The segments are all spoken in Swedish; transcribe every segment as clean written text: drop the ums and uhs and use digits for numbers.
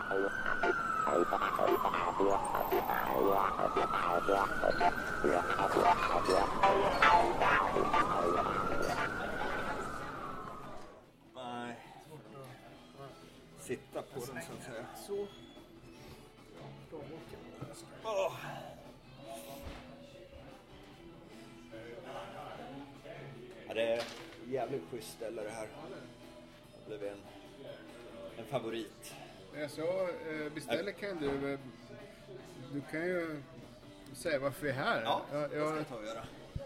Nej. Sitta på den så att säga. Så. Ja, det är jävligt schysst ställe det här. Det blev en favorit. Så beställer kan du kan ju säga varför vi är här. Ja, det ska jag ta och göra.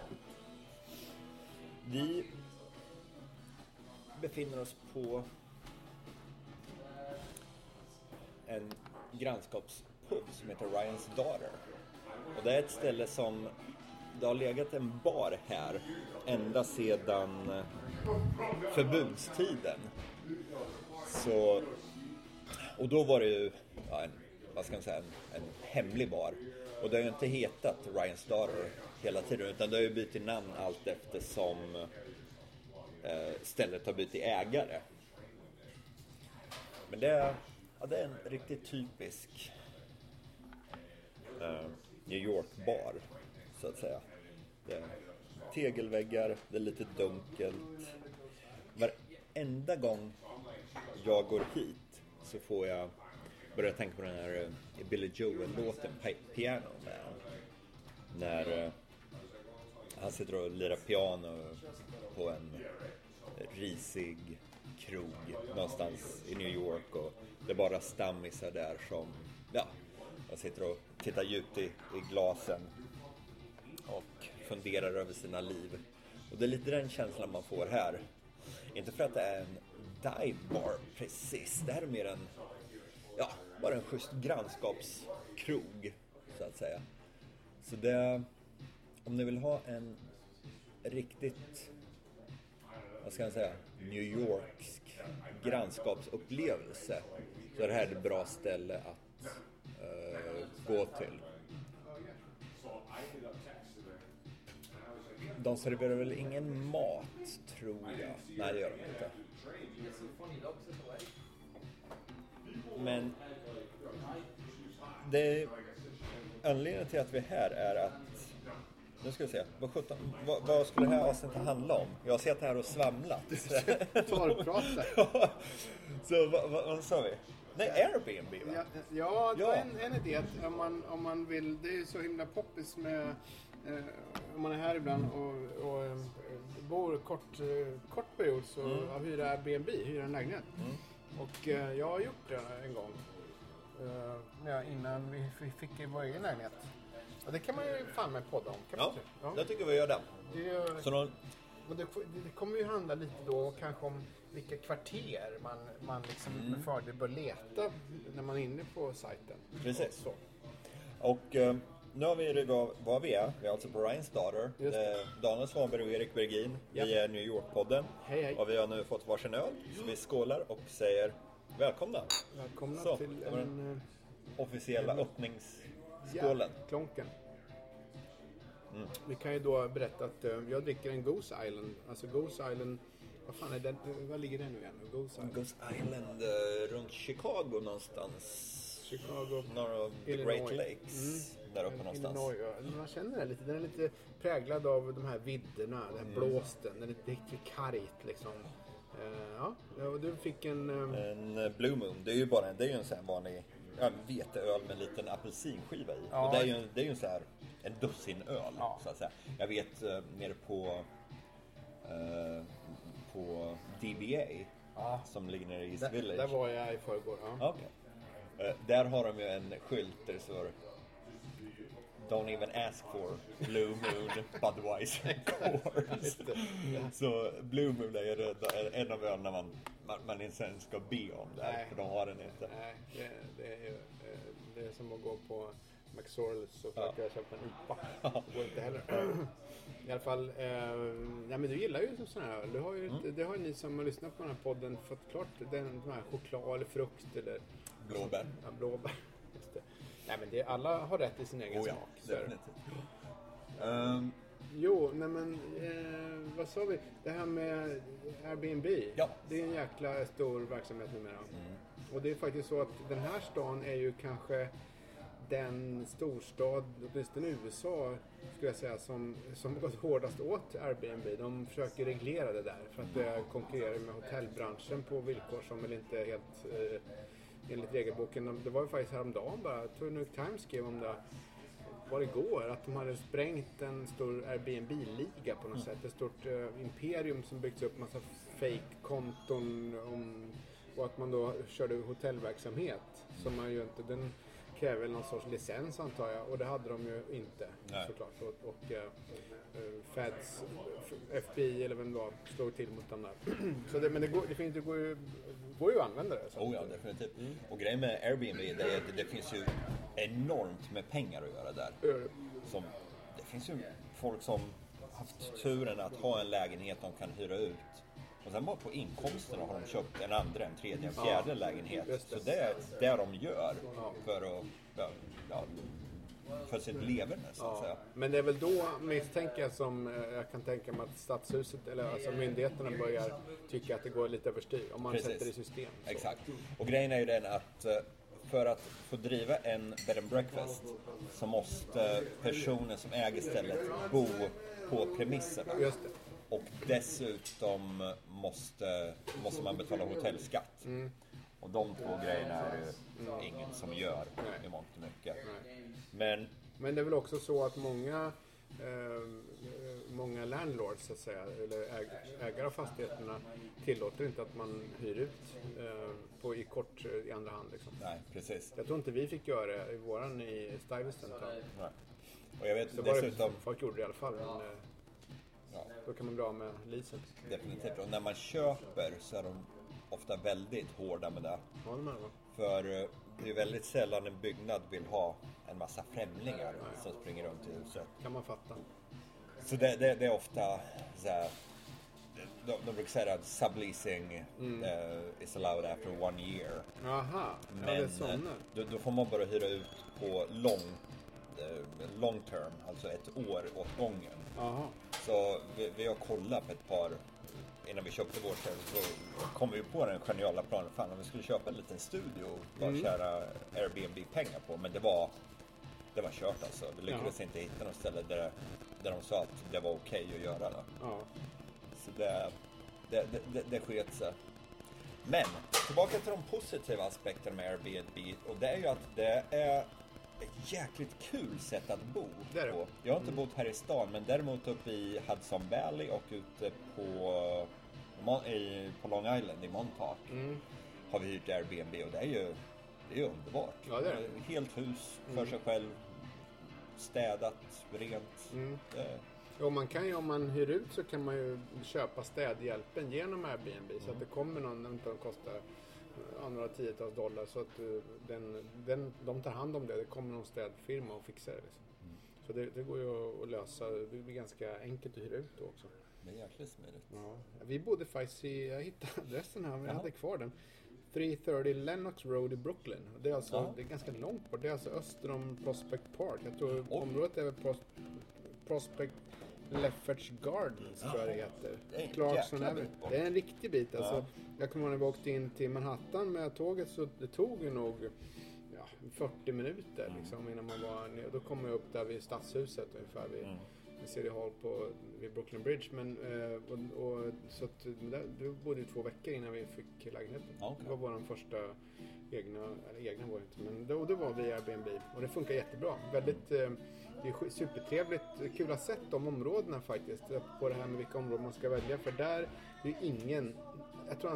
Vi befinner oss på en grannskapspub som heter Ryan's Daughter. Och det är ett ställe som det har legat en bar här ända sedan förbudstiden. Så, och då var det ju en hemlig bar. Och det har ju inte hetat Ryan's Daughter hela tiden, utan det har ju bytt namn allt eftersom stället har bytt ägare. Men det är en riktigt typisk New York-bar, så att säga. Det är tegelväggar, det är lite dunkelt. Varenda gång jag går hit så får jag börja tänka på den här Billy Joel-låten Piano Man. När han sitter och lirar piano på en risig krog någonstans i New York, och det är bara stammisar där som jag sitter och tittar djupt i glasen och funderar över sina liv. Och det är lite den känslan man får här. Inte för att det är en dive bar precis. Det här är mer bara en schysst grannskapskrog, så att säga. Så det, om ni vill ha en riktigt, vad ska jag säga, New Yorksk grannskapsupplevelse, så är det här ett bra ställe att gå till. De serverar väl ingen mat, tror jag. Nej, det gör de inte. Men det anledningen till att vi är här är att, nu ska vi se, vad skulle det här avsnittet handla om? Jag ser att det här har svamlat. Torrprata. Så vad sa vi? Nej, Airbnb, va? Ja, det var en idé att om man vill, det är ju så himla poppis med om man är här ibland och bor kort period, så hyra Airbnb, hyra en lägenhet. Och jag har gjort det en gång innan vi fick vår egen lägenhet. Och det kan man ju fan med podda om. Jag tycker vi gör det. Det kommer ju handla lite då kanske om vilka kvarter man liksom med fördel bör leta när man är inne på sajten. Precis. Så. Och nu har vi vad vi är. Vi är alltså på Ryan's Daughter. Daniel Svanberg och Erik Bergin. Vi är New York-podden. Hej. Och vi har nu fått varsin öl. Så vi skålar och säger välkomna. Välkomna till den officiella öppningsskålen. Klonken. Vi kan ju då berätta att jag dricker en Goose Island. Alltså Goose Island, vad fan är den? Var ligger den nu igen? Goose Island runt Chicago någonstans. Chicago, norr of the Great Lakes. Där uppe någonstans. Man känner det lite. Den är lite präglad av de här vidderna, den här blåsten. Den är riktigt kargt liksom. Och du fick en Blue Moon. Det är ju en sån här vanlig veteöl med en liten apelsinskiva i. Ja. Och det är ju en så här en dussinöl, så att säga. Jag vet nere på DBA som ligger nere i East Village. Där var jag i förrgår. Okay. Där har de ju en skylt där det står Don't even ask for Blue Moon Budweiser Coors. Så Blue Moon är en av öarna man inte ens ska be om där, för de har den inte. Nej, det är som att gå på McSorley's och försöka köpa en IPA. Det går inte heller. I alla fall, men du gillar ju sån här. Det har ju ni som har lyssnat på den här podden fått klart. Den här choklad eller frukt eller blåbär. Ja, blåbär. Just det. Nej, men alla har rätt i sin egen smak. Definitivt. Vad sa vi? Det här med Airbnb. Ja. Det är en jäkla stor verksamhet numera. Och det är faktiskt så att den här stan är ju kanske den storstad, åtminstone i USA skulle jag säga, som gått hårdast åt Airbnb. De försöker reglera det där för att det konkurrerar med hotellbranschen på villkor som väl inte är helt enligt regelboken. Det var ju faktiskt häromdagen bara, jag tror New York Times skrev om det, var det igår, att de hade sprängt en stor Airbnb-liga på något sätt. Ett stort imperium som byggts upp, massa fake-konton och att man då körde hotellverksamhet som man ju inte, den kräver någon sorts licens antar jag, och det hade de ju inte. Nej. Såklart. Och Feds, FBI eller vem det var, slog till mot dem där. Så det, men det går ju att använda det. Ja, definitivt. Och grejen med Airbnb är att det finns ju enormt med pengar att göra där. Det finns ju folk som haft turen att ha en lägenhet de kan hyra ut. Och sen bara på inkomsterna har de köpt en andra, en tredje, en fjärde lägenhet. Så det är det de gör för att för sitt leverne så att säga. Men det är väl då misstänker som jag kan tänka mig att stadshuset eller alltså myndigheterna börjar tycka att det går lite överstyr om man sätter det i system. Så. Exakt. Och grejen är ju den att för att få driva en bed and breakfast så måste personen som äger stället bo på premisserna. Just det. Och dessutom måste man betala hotellskatt. Och de två grejerna är det ingen som gör i mångt och mycket. Men det är väl också så att många landlords så att säga, eller ägare av fastigheterna tillåter inte att man hyr ut i andra hand. Liksom. Nej, precis. Jag tror inte vi fick göra det i Stuyvesant. Nej. Och jag vet så dessutom... Folk gjorde det i alla fall. Men, då kan man bli av med leasen. Definitivt. Och när man köper så är de ofta väldigt hårda med det. Ja, de är det. För det är väldigt sällan en byggnad vill ha en massa främlingar som springer runt i huset. Kan man fatta. Så det är ofta så här, de brukar säga att subleasing is allowed after 1 year. Aha, men det är sådana. Då får man bara hyra ut på long term, alltså 1 år åt gången. Aha. Så vi har kollat på ett par innan vi köpte vårt ställe, så kom vi på den geniala planen. Fan, om vi skulle köpa en liten studio och bara köra Airbnb-pengar på. Men det var kört alltså. Vi lyckades inte hitta något ställe där de sa att det var okej att göra det. Ja. Så det sket sig. Men tillbaka till de positiva aspekterna med Airbnb. Och det är ju att det är ett jäkligt kul sätt att bo på. Jag har inte bott här i stan, men däremot uppe i Hudson Valley och ute på Long Island i Montauk har vi hyrt Airbnb, och det är ju underbart. Ja, det är det. Helt hus för sig själv, städat, rent. Och man kan ju, om man hyr ut så kan man ju köpa städhjälpen genom Airbnb så att det kommer någon, inte kostar några tiotals dollar, så att de tar hand om det. Det kommer någon städfirma och fixar det liksom. Så det går ju att lösa. Det blir ganska enkelt att hyra ut då också. Det är jäkligt smidigt. Ja. Vi bodde faktiskt jag hittade adressen här, men jag hade kvar den. 330 Lenox Road i Brooklyn. Det är alltså det är ganska långt bort. Det är alltså öster om Prospect Park. Jag tror området är Prospect Lefferts Gardens tror jag det heter. Clarkson Avenue. Det är en riktig bit alltså. Jag kommer ihåg när vi åkte in till Manhattan med tåget, så det tog ju nog 40 minuter liksom, innan man var ner. Då kom jag upp där vid Stadshuset ungefär vid City Hall vid Brooklyn Bridge, men så att det bodde ju 2 veckor innan vi fick lägenheten. Det var vår första egna var det inte, men då var vi Airbnb och det funkar jättebra. Väldigt det är supertrevligt, kul att ha sett de områdena faktiskt, på det här med vilka områden man ska välja, för där är ju ingen, jag tror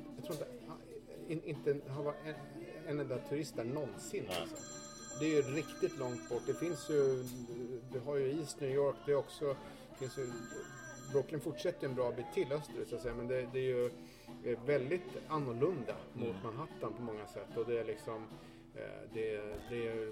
inte har varit en enda turist där någonsin alltså. Det är ju riktigt långt bort. Det finns ju, du har ju East New York, det är också, finns ju, Brooklyn fortsätter en bra bit till österut så att säga, men det är ju väldigt annorlunda mot Manhattan på många sätt, och det är liksom det är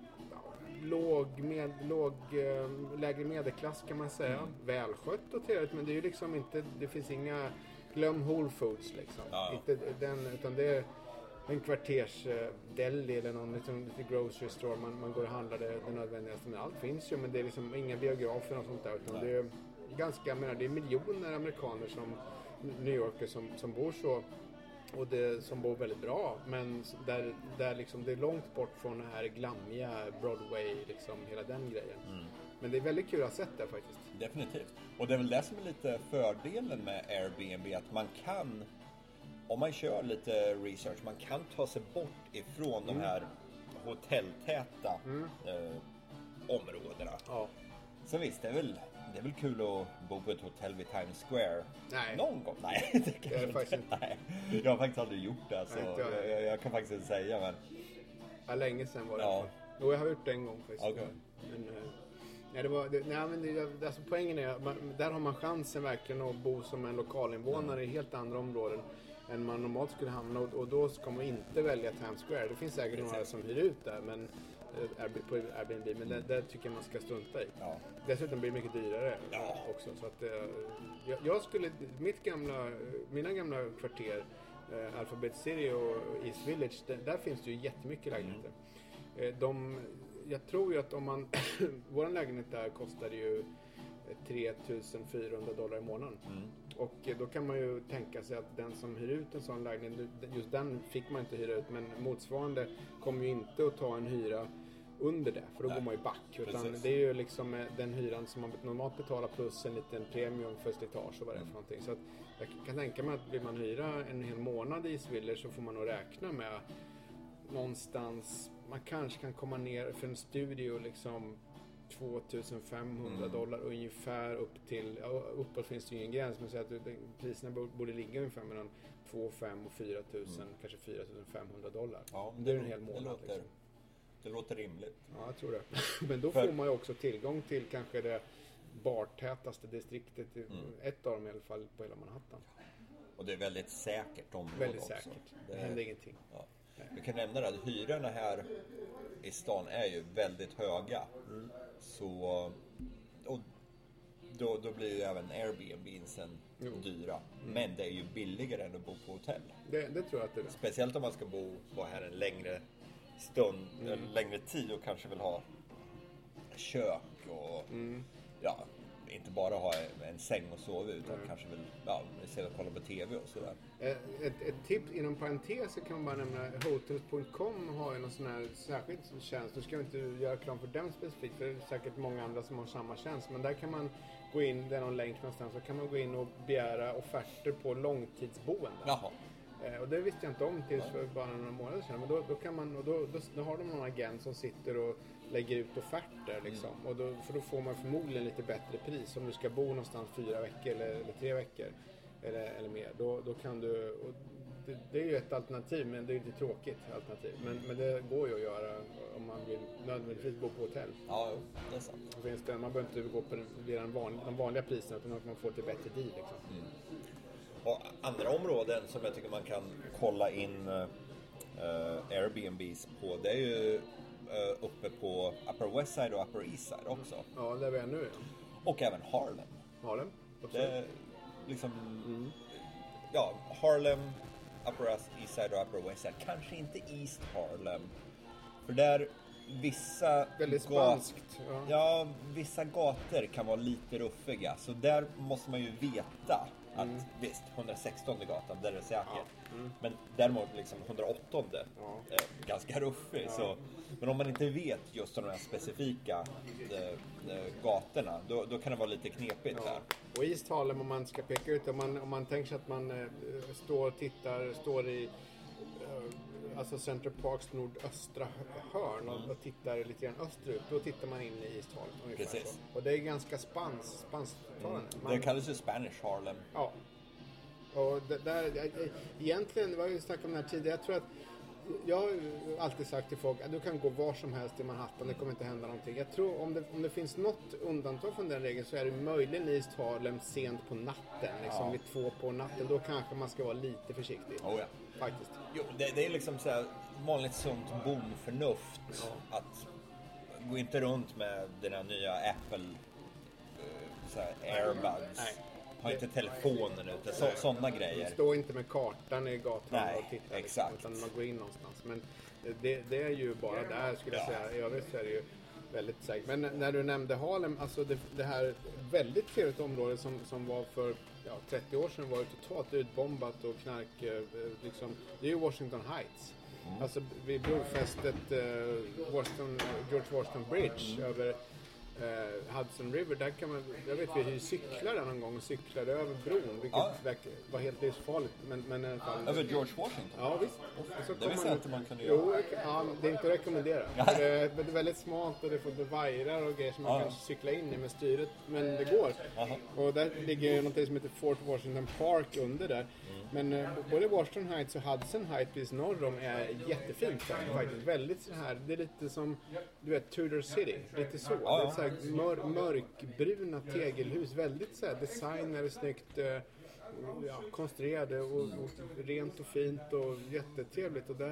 lägre medelklass kan man säga, välskött och trevligt, men det är ju liksom inte, det finns inga glöm Whole Foods liksom, inte den, utan det är en kvarters deli eller någon lite grocery store, man går och handlar det nödvändigaste, men allt finns ju, men det är liksom inga biografer och sånt där, utan det är ganska, det är miljoner amerikaner som New Yorker som bor så Och det som bor väldigt bra, men där liksom det är långt bort från den här glammiga Broadway, liksom hela den grejen. Men det är väldigt kul att ha sett det faktiskt. Definitivt. Och det är väl det som är lite fördelen med Airbnb, att man kan, om man kör lite research, man kan ta sig bort ifrån de här hotelltäta områdena. Ja. Så visst, det är väl kul att bo på ett hotell vid Times Square. Nej. Någon gång. Nej, det är faktiskt inte. Nej. Jag har faktiskt aldrig gjort det. Så jag kan faktiskt inte säga. Men... Ja, länge sedan var det. Ja. Jo, jag har gjort det en gång faktiskt. Okay. Men, alltså poängen är, där har man chansen verkligen att bo som en lokalinvånare i helt andra områden än man normalt skulle hamna. Och då ska man inte välja Times Square. Det finns säkert några som hyr ut där, men på Airbnb, men det tycker jag man ska strunta i. Ja. Dessutom blir det mycket dyrare också. Så att, jag skulle, mina gamla kvarter, Alphabet City och East Village, där finns det ju jättemycket lägenheter. Jag tror ju att om man, vår lägenhet där kostade ju $3,400 i månaden. Och då kan man ju tänka sig att den som hyr ut en sån lägenhet, just den fick man inte hyra ut, men motsvarande kommer ju inte att ta en hyra under det, för då går man ju back. Utan det är ju liksom den hyran som man normalt betalar plus en liten premium för slitage och vad det är för någonting. Så att jag kan tänka mig att vill man hyra en hel månad i Sviller så får man nog räkna med någonstans, man kanske kan komma ner för en studio liksom $2,500 ungefär upp till, uppåt finns det ju ingen gräns, men så att priserna borde ligga ungefär mellan 2,500 och 4,000, kanske $4,500. Ja, det är en hel månad liksom. Det låter rimligt. Ja, jag tror det. Men då får man ju också tillgång till kanske det bartätaste distriktet, ett av dem i alla fall på hela Manhattan. Och det är väldigt säkert område. Väldigt också. säkert. Det händer ingenting. Ja. Vi kan nämna att hyrorna här i stan är ju väldigt höga. Så och då blir ju även Airbnb:n dyra. Men det är ju billigare än att bo på hotell. Det tror jag att det är. Speciellt om man ska vara här en längre stund, en längre tid och kanske vill ha kök och inte bara ha en säng och sova utan kanske vill sitta och kolla på TV och sådär. Ett tips inom parentes kan man bara nämna, Hotels.com har ju någon sån här särskild tjänst. Nu ska vi inte göra reklam för den specifikt, för det är säkert många andra som har samma tjänst, men där kan man gå in, det är någon länk någonstans, så kan man gå in och begära offerter på långtidsboenden. Jaha. Och det visste jag inte om tills för bara några månader sedan. Men då kan man, och då har de någon agent som sitter och lägger ut offerter liksom. Och för då får man förmodligen lite bättre pris. Om du ska bo någonstans 4 veckor eller 3 veckor eller mer. Då kan du, och det är ju ett alternativ, men det är ju inte tråkigt alternativ. Men det går ju att göra om man vill nödvändigtvis bo på hotell. Ja, det är sant. Man behöver inte gå på de vanliga priserna, utan man får till bättre deal liksom. Och andra områden som jag tycker man kan kolla in Airbnbs på, det är ju uppe på Upper West Side och Upper East Side också. Ja, där vi är nu. Ja. Och även Harlem. Harlem? Det är liksom Harlem, Upper East Side och Upper West Side. Kanske inte East Harlem. För där vissa väldigt spanskt. Ja, vissa gator kan vara lite ruffiga. Så där måste man ju veta att visst, 116 gatan, där är det säkert. Men däremot liksom 108 är ganska ruffig. Så, men om man inte vet just de här specifika gatorna, då kan det vara lite knepigt där. Och East Harlem, om man ska peka ut, om man tänker sig att man står i alltså Central Parks nordöstra hörn och tittar lite grann österut, då tittar man in i East Harlem. Precis. Och det är ganska spansktalande. Det kallas ju Spanish Harlem. Ja. Och egentligen, det var ju snack om det här tidigare, jag tror att jag har alltid sagt till folk att du kan gå var som helst i Manhattan, det kommer inte hända någonting. Jag tror om det finns något undantag från den regeln, så är det möjligen i East Harlem sent på natten, liksom vid 2 på natten. Då kanske man ska vara lite försiktig. Faktiskt. Jo, det är liksom så här vanligt sunt bondförnuft att gå inte runt med den här nya Apple så här Airbuds. Nej. Ha inte telefonen ute, sådana grejer. Stå inte med kartan i gatan och titta. Exakt. Liksom, utan man går in någonstans. Men det är ju bara där, skulle jag säga. I övrigt så är det ju väldigt säkert. Men när du nämnde Harlem, alltså det här väldigt trevligt område som var för 30 år sedan var det totalt utbombat och knark liksom. Det är ju Washington Heights. Alltså vid brofästet George Washington Bridge över Hudson River, där kan man, jag vet vi cyklade någon gång och cyklade över bron, vilket var helt livsfarligt, men i alla fall. Över George Washington? Ja, visst. Det visste jag inte man kunde göra. Det är inte att rekommendera. Det är väldigt smalt och det får vajrar och grejer som man kan cykla in i med styret, men det går. Och där ligger något som heter Fort Washington Park under där. Men både Washington Heights och Hudson Heights precis norr om är jättefint faktiskt. Väldigt så här, det är lite som, du vet, Tudor City, lite så. Det är så här mörkbruna tegelhus, väldigt så här designade, snyggt konstruerade och rent och fint och jättetrevligt. Och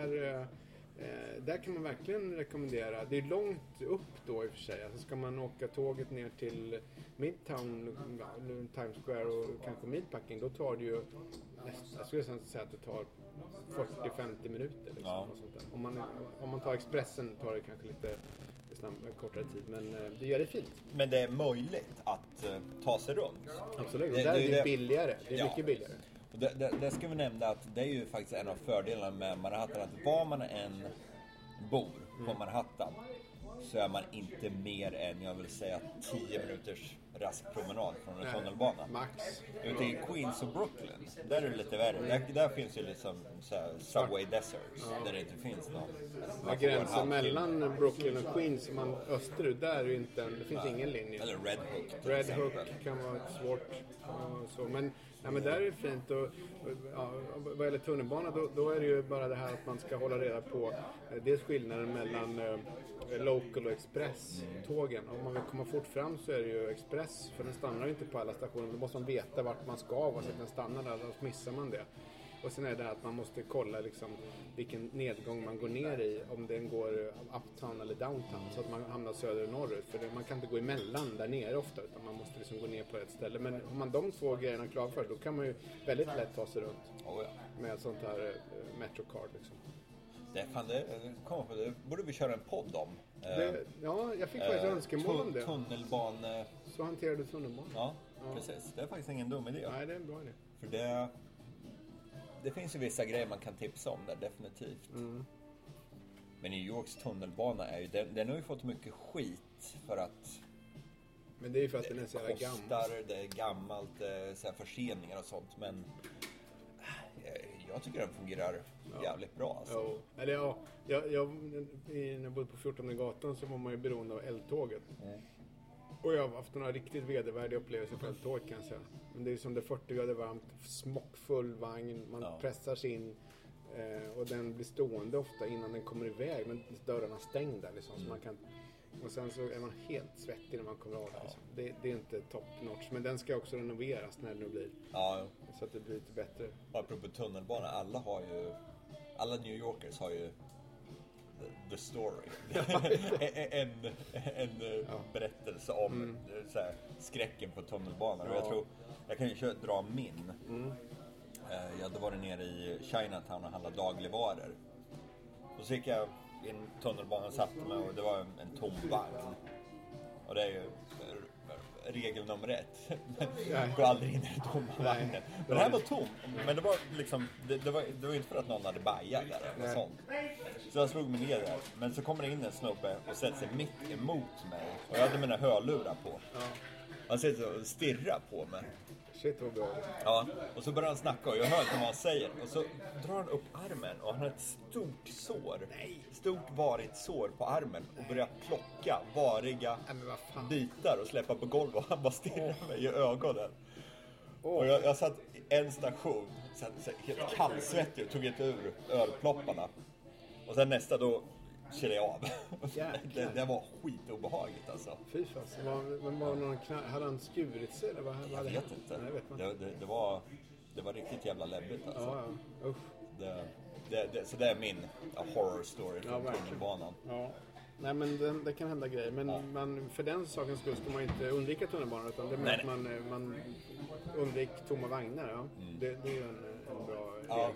där kan man verkligen rekommendera. Det är långt upp då i och för sig. Alltså ska man åka tåget ner till Midtown, Times Square och kanske Meatpacking, då tar det ju, jag skulle säga att det tar 40-50 minuter. Liksom, och sånt där. Om man tar Expressen tar det kanske lite kortare tid, men det gör det fint. Men det är möjligt att ta sig runt. Absolut, där är det billigare. Det är mycket billigare. Det ska vi nämna att det är ju faktiskt en av fördelarna med Manhattan, att var man än bor på Manhattan så är man inte mer än, jag vill säga, 10 minuters rask promenad från en tunnelbana. Max. Ute i Queens och Brooklyn, där är det lite värre. Där finns ju liksom så här subway deserts, där det inte finns någon. Gränsen mellan Brooklyn och Queens, som man österut, där är ju inte, det finns ingen linje. Eller Red Hook. Red Hook kan vara svårt. Så. Men där är det fint. Och vad gäller tunnelbana, då är det ju bara det här att man ska hålla reda på dels skillnaden mellan local och express-tågen. Om man vill komma fort fram så är det ju express, för den stannar inte på alla stationer. Då måste man veta vart man ska, så att den stannar där, annars missar man det. Och sen är det att man måste kolla liksom vilken nedgång man går ner i, om den går uptown eller downtown, så att man hamnar söder och norrut. För man kan inte gå emellan där nere ofta, utan man måste liksom gå ner på ett ställe. Men om man de två grejerna klar för, då kan man ju väldigt lätt ta sig runt med ett sånt här Metrocard liksom. Det borde vi köra en podd om. Jag fick faktiskt önskemål om det. Tunnelbane. Så hanterar du tunnelbanan. Ja, precis. Det är faktiskt ingen dum idé. Nej, det är en bra idé. För det finns ju vissa grejer man kan tipsa om där, definitivt. Men New Yorks tunnelbana är ju, den har ju fått mycket skit för att, men det är ju för att den är så jävla gammal. Det är gammalt, så här förseningar och sånt. Men jag tycker den fungerar jävligt bra alltså. Eller när jag bodde på 14:e gatan så var man ju beroende av eltåget. Och jag har haft några riktigt vedervärdiga upplevelser på eltåget, kan jag säga. Men det är ju som det 40 grader varmt, smockfull vagn, man pressar sig in och den blir stående ofta innan den kommer iväg, men dörrarna stängda liksom, så man kan, och sen så är man helt svettig när man kommer av liksom. Det är inte top notch, men den ska också renoveras när det nu blir, så att det blir lite bättre. Apropå tunnelbana, alla New Yorkers har ju the story. en berättelse om så här, skräcken på tunnelbanan. Och jag kan ju dra min. Jag hade varit nere i Chinatown och handlat dagligvaror. Och så gick jag in tunnelbanan och satte mig, och det var en tom vagn. Och det är ju regel nummer 1. Gå aldrig in i den tomma vagnen. Men den här var tom. Men det var liksom, det var inte för att någon hade bajat där eller sånt. Så jag slog mig ner där. Men så kommer det in en snubbe och sätter sig mitt emot mig. Och jag hade mina hörlurar på. Han sitter och stirrar på mig. Shit, vad bra. Ja, och så börjar han snacka och jag hör inte vad han säger. Och så drar han upp armen och han har ett stort sår. Stort varigt sår på armen. Och börjar plocka variga bitar och släppa på golvet. Och han bara stirrar mig i ögonen. Och jag satt i en station, helt kallsvettig och tog ett ur örplopparna. Och sen nästa då kände jag av. Det var skitobehagligt alltså. Fy fan. Men var någon hade han skurit sig eller vad? Jag vet inte. Nej, vet man. Det var riktigt jävla läbbigt alltså. Ja. Usch. Så det är min horror story från tunnelbanan. Ja. Nej, men det kan hända grejer. Men man, för den sakens skull ska man inte undvika tunnelbanan, utan det är att man undviker tomma vagnar. Ja. Det är ju en bra regel.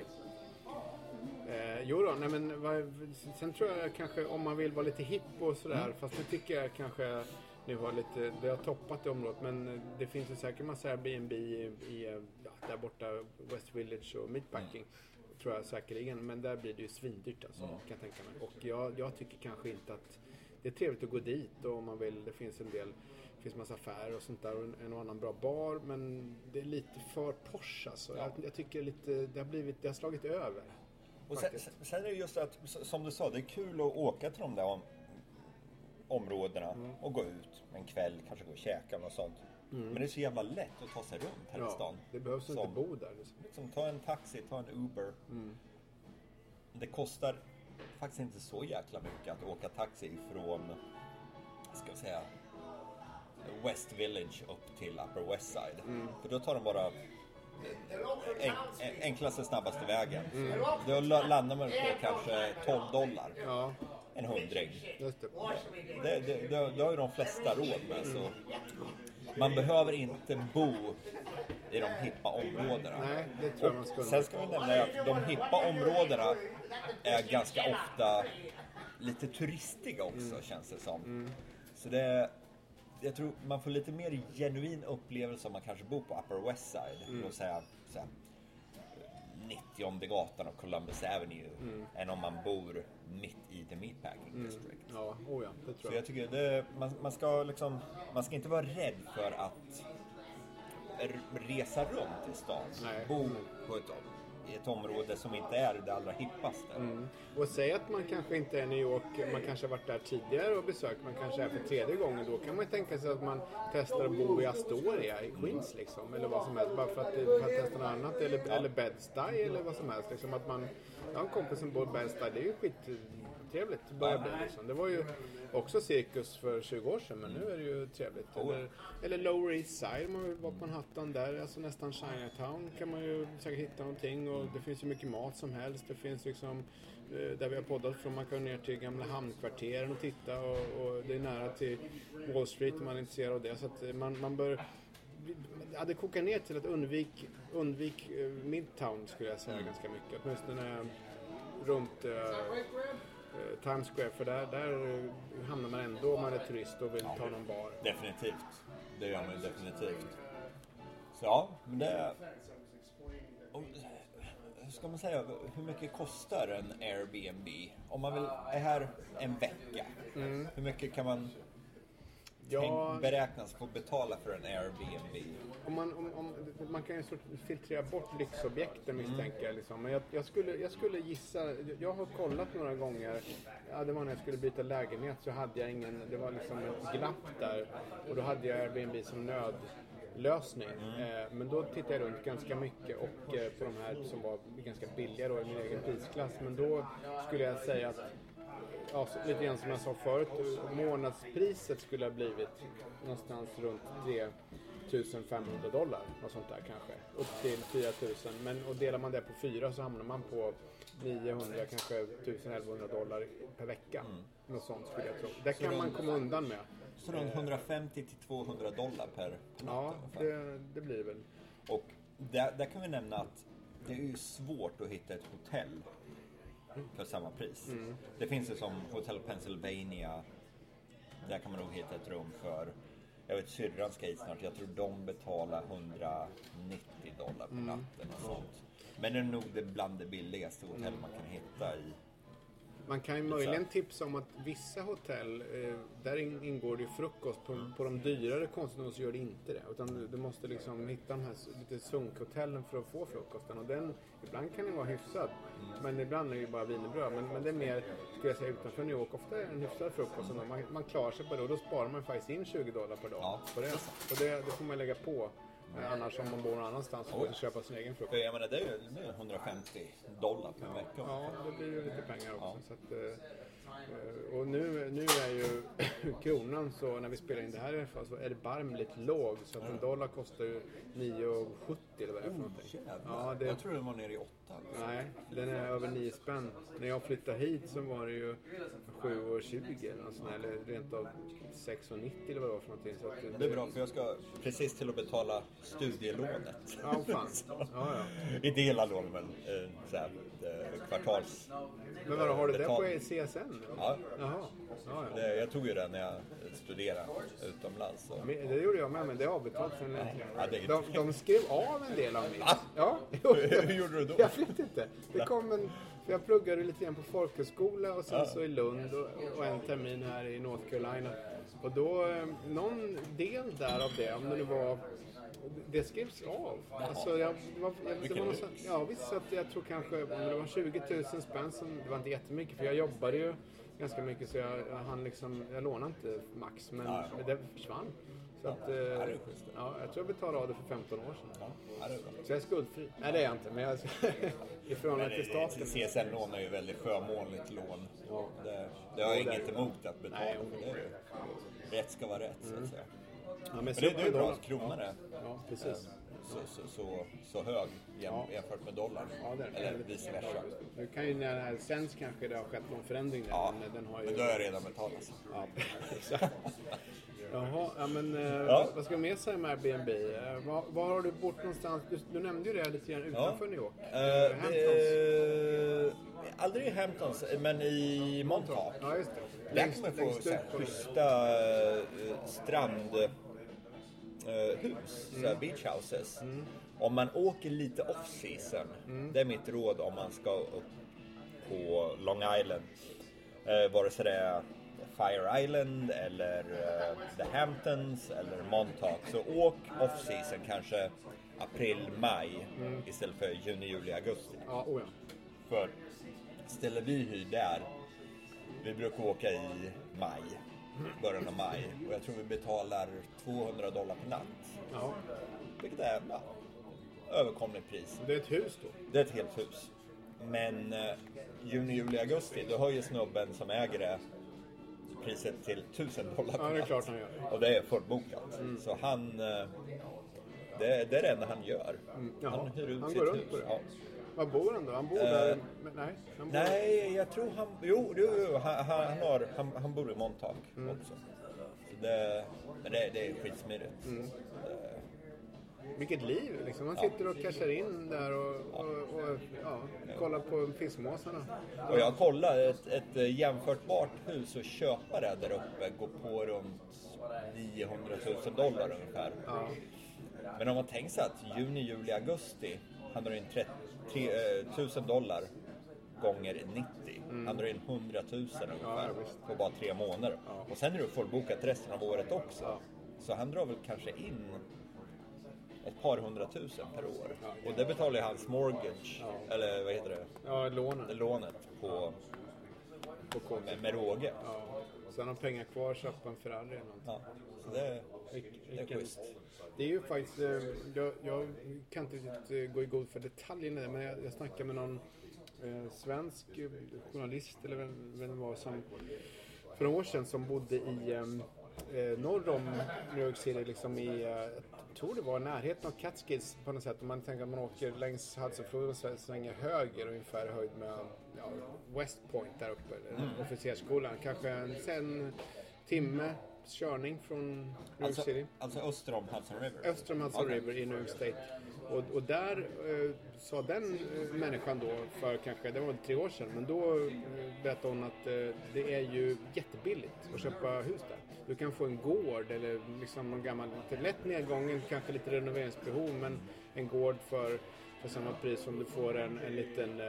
Sen tror jag kanske, om man vill vara lite hipp och sådär, fast det tycker jag kanske det har toppat det området, men det finns ju säkert massa Airbnb i där borta West Village och Meatpacking. Tror jag säkerligen, men där blir det ju svindyrt alltså, kan jag tänka mig. Och jag tycker kanske inte att det är trevligt att gå dit, och om man vill, det finns massa affärer och sånt där och en och annan bra bar, men det är lite för Porsche alltså. Jag tycker det har slagit över. Och sen är det just att, som du sa, det är kul att åka till de där områdena och gå ut en kväll, kanske gå och käka och sånt. Men det är så jävla lätt att ta sig runt här i stan. Det behövs inte bo där. Liksom, ta en taxi, ta en Uber. Det kostar faktiskt inte så jäkla mycket att åka taxi från, ska jag säga, West Village upp till Upper West Side. För då tar de bara enklaste, snabbaste vägen. Då landar man på kanske $12. Ja. En hundring. Just Det har ju de flesta råd med. Så man behöver inte bo i de hippa områdena. Nej, det tror jag man ska. Sen ska vi nämna att de hippa områdena är ganska ofta lite turistiga också, känns det som. Så jag tror man får lite mer genuin upplevelse om man kanske bor på Upper West Side. Låt säga 90:e gatan och Columbus Avenue än om man bor mitt i the Meatpacking District. Ja, det tror jag. Så jag tycker man ska inte vara rädd för att resa runt i stan. Nej. Bo på i ett område som inte är det allra hippaste. Och säg att man kanske inte är i New York, man kanske har varit där tidigare och besökt, man kanske är för tredje gången, då kan man tänka sig att man testar att bo i Astoria i Queens liksom, eller vad som helst, bara för att testa något annat, eller Bed-Stuy eller vad som helst liksom, att man har en kompis som bor i Bed-Stuy, det är ju skittrevligt liksom. Det var ju också cirkus för 20 år sedan, men nu är det ju trevligt. Eller Lower East Side, man vill vara på Manhattan där, alltså nästan Chinatown kan man ju säkert hitta någonting, och det finns ju mycket mat som helst. Det finns liksom, där vi har poddat från, man kan ner till gamla hamnkvarteren och titta, och det är nära till Wall Street om man är intresserad av det, så att man bör, det kokar ner till att undvik Midtown, skulle jag säga, ganska mycket, åtminstone runt Times Square, för där hamnar man ändå om man är turist och vill ta någon bar. Definitivt. Det gör man definitivt. Så ja, men det... Hur ska man säga, hur mycket kostar en Airbnb? Om man är här en vecka, hur mycket kan man beräknas få betala för en Airbnb? Man kan ju filtrera bort lyxobjekten, misstänker jag liksom. Men jag skulle gissa, jag har kollat några gånger, det var när jag skulle byta lägenhet, så hade jag det var liksom ett glapp där, och då hade jag Airbnb som nödlösning. Men då tittade jag runt ganska mycket, och på de här som var ganska billiga då i min egen prisklass, men då skulle jag säga att lite grann som jag sa förut, månadspriset skulle ha blivit någonstans runt $3,500 och sånt där kanske, upp till 4,000, men och delar man det på 4 så hamnar man på 900, kanske $1,100 per vecka. Något sånt skulle jag tro. Det kan man komma undan med. Så runt $150 till $200 per natt. Ja, det blir det väl. Och där kan vi nämna att det är ju svårt att hitta ett hotell för samma pris. Det finns ju som Hotel Pennsylvania. Där kan man nog hitta ett rum för, jag vet, syrran ska hit snart, jag tror de betalar $190 på natten och sånt. Men det är nog det bland det billigaste hotell man kan hitta i. Man kan ju möjligen tipsa om att vissa hotell, där ingår det ju frukost. På de dyrare konstnärerna så gör det inte det. Utan du måste liksom hitta de här lite sunkhotellen för att få frukosten. Och ibland kan den vara hyfsad. Men ibland är det ju bara wienerbröd. Men det är mer, skulle jag säga, utanför New York ofta är en hyfsad frukost. Man klarar sig på det, och då sparar man faktiskt in $20 per dag på det. Och det får man lägga på. Annars om man bor någon annanstans så får man köpa sin egen frukost. Jag menar, det är ju $150 per vecka. Ja, det blir ju lite pengar också. Ja. Så att, och nu är ju kronan, så när vi spelar in det här i alla fall, så är det barmligt låg. Så att $1 kostar ju 9,70 eller vad det är för någonting. Ja, jag tror den var nere i 8. Nej, den är över 9 spänn. När jag flyttade hit så var det ju 7,20 eller rent av 6,90 eller vad det var för någonting. Så att det är bra, för jag ska precis till att betala studielånet. Ja, fan. Ja. Inte hela lånet, men kvartals Men vadå, har du det på CSN? Ja. Jaha. Ja. Jag tog ju det när jag studerade utomlands. Och... Det gjorde jag med, men det är avbetalt sen. Ja, de skrev av en del av mig. Ja. Hur gjorde du då? Jag vet inte. Det kom jag pluggade lite grann på folkhögskola och sen så i Lund och en termin här i North Carolina. Och då, någon del där av det, om det nu var... Det skrevs av. Alltså det var något sånt, visst, så att jag tror kanske om det var 20 000 spänn, det var inte jättemycket för jag jobbade ju ganska mycket så jag lånade inte max men det försvann. Så att, jag tror jag betalade av det för 15 år sedan. Så jag är skuldfri. Nej, det är jag inte, men jag i förhållande till staten. CSN-lån är ju väldigt förmånligt lån. Ja. Det har jag inget emot att betala. Nej, rätt ska vara rätt, så att säga. Ja, men det är ju bra att kronan är så hög jämfört med dollarn. Ja, eller vice versa. Nu kan ju när sen kanske det har skett någon förändring där. Ja, men den har ju... men då har jag redan betalat. Ja, exakt. Jaha, men vad ska man med sig med Airbnb? Var har du bott någonstans? Du nämnde ju det lite grann utanför New York. Hamptons. Aldrig i Hamptons, men i Montauk. Ja, just det. Där kan man få schyssta strandhus, beach houses. Om man åker lite off-season, det är mitt råd om man ska upp på Long Island. Vare sig det är Fire Island eller The Hamptons eller Montauk, så åk off-season kanske april-maj istället för juni, juli, augusti. Ja, För ställer vi hyr där, vi brukar åka i maj, början av maj, och jag tror vi betalar $200 per natt. Ja. Vilket är överkomligt pris. Det är ett hus då? Det är ett helt hus. Men juni, juli, augusti, då höjer snubben som äger det priset till $1,000 per natt. Ja, det är klart han gör. Och det är fullbokat. Så han, det är det enda han gör. Han hyr ut sitt hus. Ja. Var bor han då? Han bor där? Nej, jag tror han... Jo, han bor i Montauk också. Så men det är skitsmidigt. Vilket liv liksom. Man sitter och cashar in där och kollar på fiskmåsarna. Och jag kollar ett jämförbart hus och köpa det där uppe går på runt $900,000 ungefär. Ja. Men om man tänker sig att juni, juli, augusti han drar in $1,000 gånger 90. Han drar in 100,000 ungefär på bara 3 månader. Och sen är det fullbokat resten av året också. Så han drar väl kanske in ett par 100,000 per år. Och det betalar ju hans mortgage, eller vad heter det? Ja, lånet på med råge. Ja. Sen har pengar kvar, köpa en Ferrari eller något. Ja, så det är schysst. Det är ju faktiskt, jag kan inte riktigt gå i god för detaljerna, men jag snackade med någon svensk journalist eller vem det var som för några år sedan som bodde i norr om New York City, liksom jag tror det var närheten av Catskills på något sätt. Om man tänker att man åker längs Hudsonfloden och svänger höger ungefär höjd med West Point där uppe, officersskolan. Kanske en timme körning från New York City. Alltså öster om Hudson River? Öster om Hudson River i New York State. Och där sa den människan då för kanske, det var 3 år sedan, men då berättade hon att det är ju jättebilligt att köpa hus där. Du kan få en gård eller liksom någon gammal, lätt nedgången, kanske lite renoveringsbehov, men en gård för samma pris som du får en liten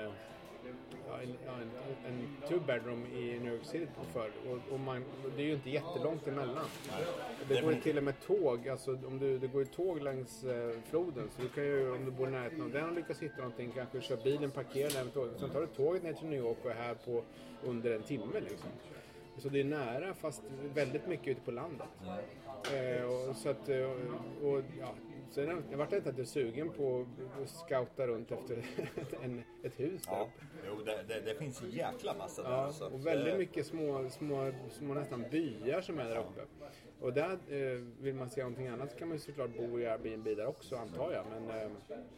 en 2-bedroom i New York City för. Och det är ju inte jättelångt emellan. Det går ju till och med tåg, alltså det går ju tåg längs floden, så du kan ju, om du bor i närheten av den och lyckas hitta någonting, kanske köra bilen, parkera den, sen tar du tåget ner till New York och är här på under en timme liksom. Så det är nära, fast väldigt mycket ute på landet. Så jag var inte sugen på att scouta runt efter ett hus där. Ja, jo, det finns en jäkla massa där. Ja, och väldigt mycket små nästan byar som är där uppe. Och där vill man se någonting annat så kan man ju såklart bo i Airbnb där också, antar jag. Men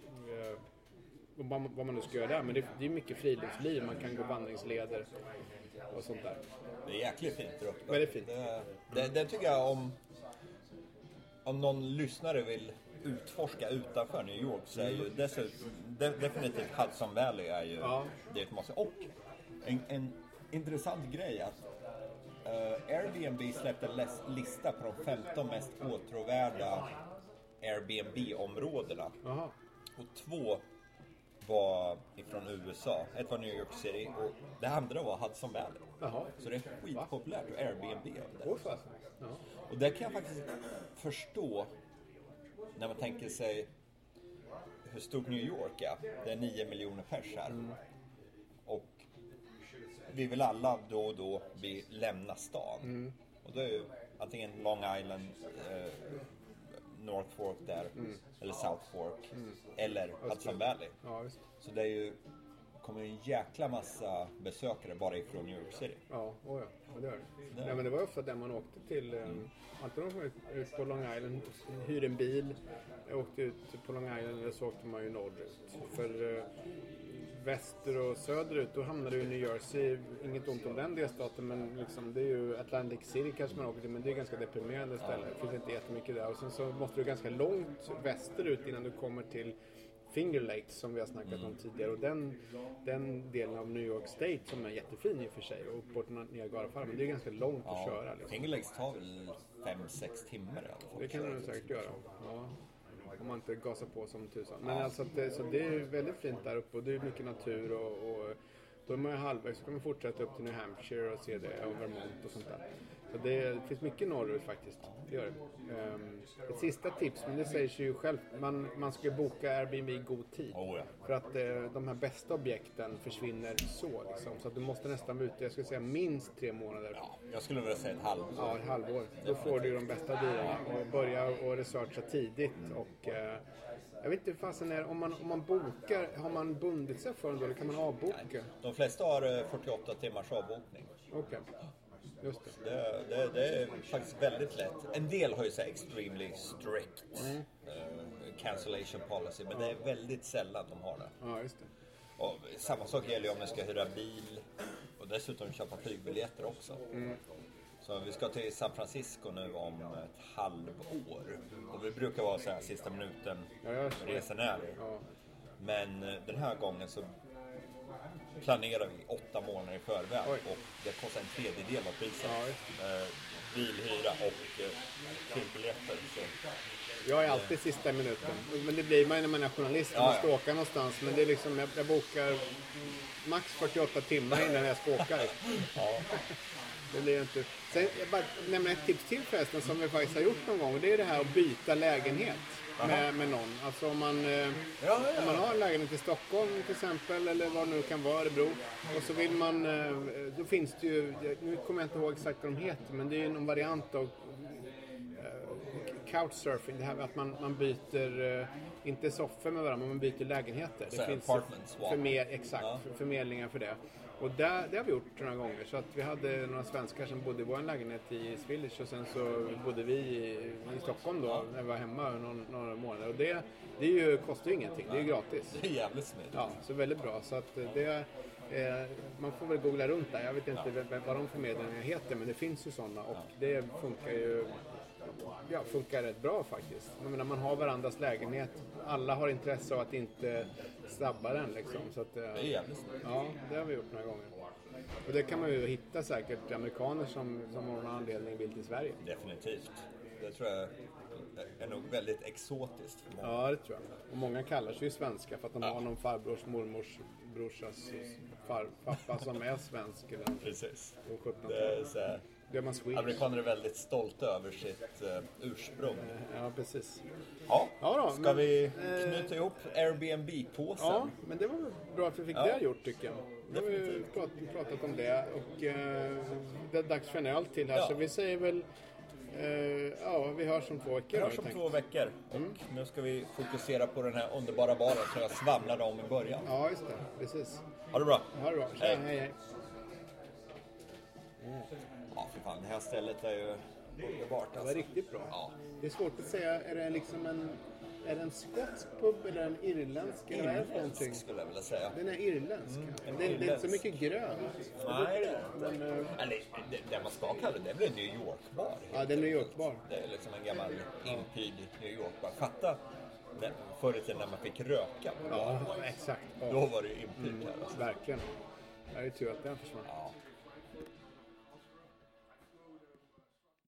vad man nu ska göra där. Men det är mycket friluftsliv, man kan gå vandringsleder och sånt där. Det är jäkligt fint där uppe. Väldigt fint. Det tycker jag, om någon lyssnare vill utforska utanför New York, så är ju definitivt Hudson Valley är ju det är ett måste. Och En intressant grej att Airbnb släppte en lista på de 15 mest åtråvärda Airbnb-områdena. Aha. Och 2 var ifrån USA. Ett var New York City och det andra var Hudson Valley. Jaha. Så det är skitpopulärt att Airbnb där. Ja. Och det kan jag faktiskt förstå när man tänker sig hur stort New York är. Det är 9 miljoner pers här. Och vi vill alla då och då lämna stan. Och det är ju antingen Long Island, North Fork där, eller South Fork, eller Hudson Valley. Ja, visst. Så det är ju, kommer ju en jäkla massa besökare bara ifrån New York City. Ja, det gör det. Nej, men det var ofta där man åkte till, antingen var ut på Long Island, hyrde en bil, åkte ut på Long Island eller så åkte man ju norrut. För väster och söderut, då hamnade du i New Jersey, inget ont om den delstaten, men liksom, det är ju Atlantic City kanske man åker till, men det är ganska deprimerande ställe. Det finns inte jättemycket där. Och sen så måste du ganska långt västerut innan du kommer till Finger Lakes som vi har snackat om tidigare. Och den delen av New York State som är jättefin i och för sig, och upp på Niagarafallen, men det är ganska långt att köra. Liksom. Finger Lakes tar väl 5-6 timmar i alla fall. Det kan du säkert göra. Ja. Om man inte gasar på som tusan. Men alltså så det är väldigt fint där uppe och det är mycket natur och då är man ju halvvägs så kan man fortsätta upp till New Hampshire och se det och Vermont och sånt där. Så det finns mycket norrut faktiskt. Det gör det. Ett sista tips, men det säger sig ju själv. Man ska boka Airbnb i god tid. För att de här bästa objekten försvinner så liksom. Så att du måste nästan vara ute, jag skulle säga minst 3 månader. Ja, jag skulle vilja säga ett halvår. Ja, ett halvår. Då får du de bästa delarna och börja och researcha tidigt. Och jag vet inte hur fasen är, om man bokar, har man bundit sig för den då eller kan man avboka? Nej, de flesta har 48 timmars avbokning. Okej. Just det är faktiskt väldigt lätt. En del har ju så extremely strict cancellation policy, men det är väldigt sällan de har det. Ja, just det. Och samma sak gäller ju om man ska hyra bil och dessutom köpa flygbiljetter också. Så vi ska till San Francisco nu om ett halvår. Och vi brukar vara så här sista minuten resenärer. Ja. Men den här gången så planerar vi 8 månader i förväg. Oj. Och det kostar en tredjedel av priset. Ja, bilhyra och flygbiljetter. Så. Jag är alltid sista minuten. Men det blir man när man är journalist. Man ska åka någonstans. Men det är liksom, jag bokar max 48 timmar innan jag ska åka. Det blir inte. Sen jag bara nämner ett tips till förresten som vi faktiskt har gjort någon gång. Och det är det här att byta lägenhet med någon. Alltså om man har en lägenhet i Stockholm till exempel. Eller vad det nu kan vara, Örebro. Och så vill man, då finns det ju, nu kommer jag inte ihåg exakt vad de heter. Men det är ju någon variant av couchsurfing, det här med att man byter inte soffor med varandra, men man byter lägenheter. Det finns förmedlingar för det. Och det har vi gjort några gånger. Så att vi hade några svenskar som bodde i vår lägenhet i Swedish och sen så bodde vi i Stockholm då när vi var hemma några månader. Och det kostar ju ingenting, det är ju gratis. Det är jävligt smidigt. Ja, så väldigt bra. Så att man får väl googla runt där. Jag vet inte vad de förmedlingarna heter, men det finns ju sådana och det funkar ju funkar rätt bra faktiskt. Jag menar, man har varandras lägenhet. Alla har intresse av att inte sabba den liksom. Så att, det är jävligt snyggt. Ja, det har vi gjort några gånger. Och det kan man ju hitta säkert amerikaner som av någon anledning vill till Sverige. Definitivt. Det tror jag är nog väldigt exotiskt för många. Ja, det tror jag. Och många kallar sig ju svenska för att de har någon farbrors, mormors, brorsas pappa som är svensk. Eller precis. Det är så här. Amerikaner är väldigt stolta över sitt ursprung. Ja, precis. Ja, ska vi knyta ihop Airbnb-påsen? Ja, men det var bra att vi fick det gjort tycker jag. Nu har vi pratat om det och det är dags för en öl till här. Så vi säger väl, vi hörs om 2 veckor. Vi hörs om 2 veckor. Och nu ska vi fokusera på den här underbara baren som jag svamlade om i början. Ja, just det. Precis. Ha det bra. Ha det bra. Hej. Ja, för fan. Det här stället är ju underbart. Det var riktigt bra. Ja. Det är svårt att säga, är det liksom en skotsk pub eller en irländsk? Irländsk skulle jag vilja säga. Den är irländsk. Det är inte så mycket grönt. Nej, det man ska kalla det är väl en New York-bar. Ja, det är en New York-bar. Det är liksom en gammal inpyd New York-bar. Fatta förr i tiden när man fick röka. Ja, exakt. Då var det ju inpyd här. Alltså. Verkligen. Det är ju tur att den försvann. Ja.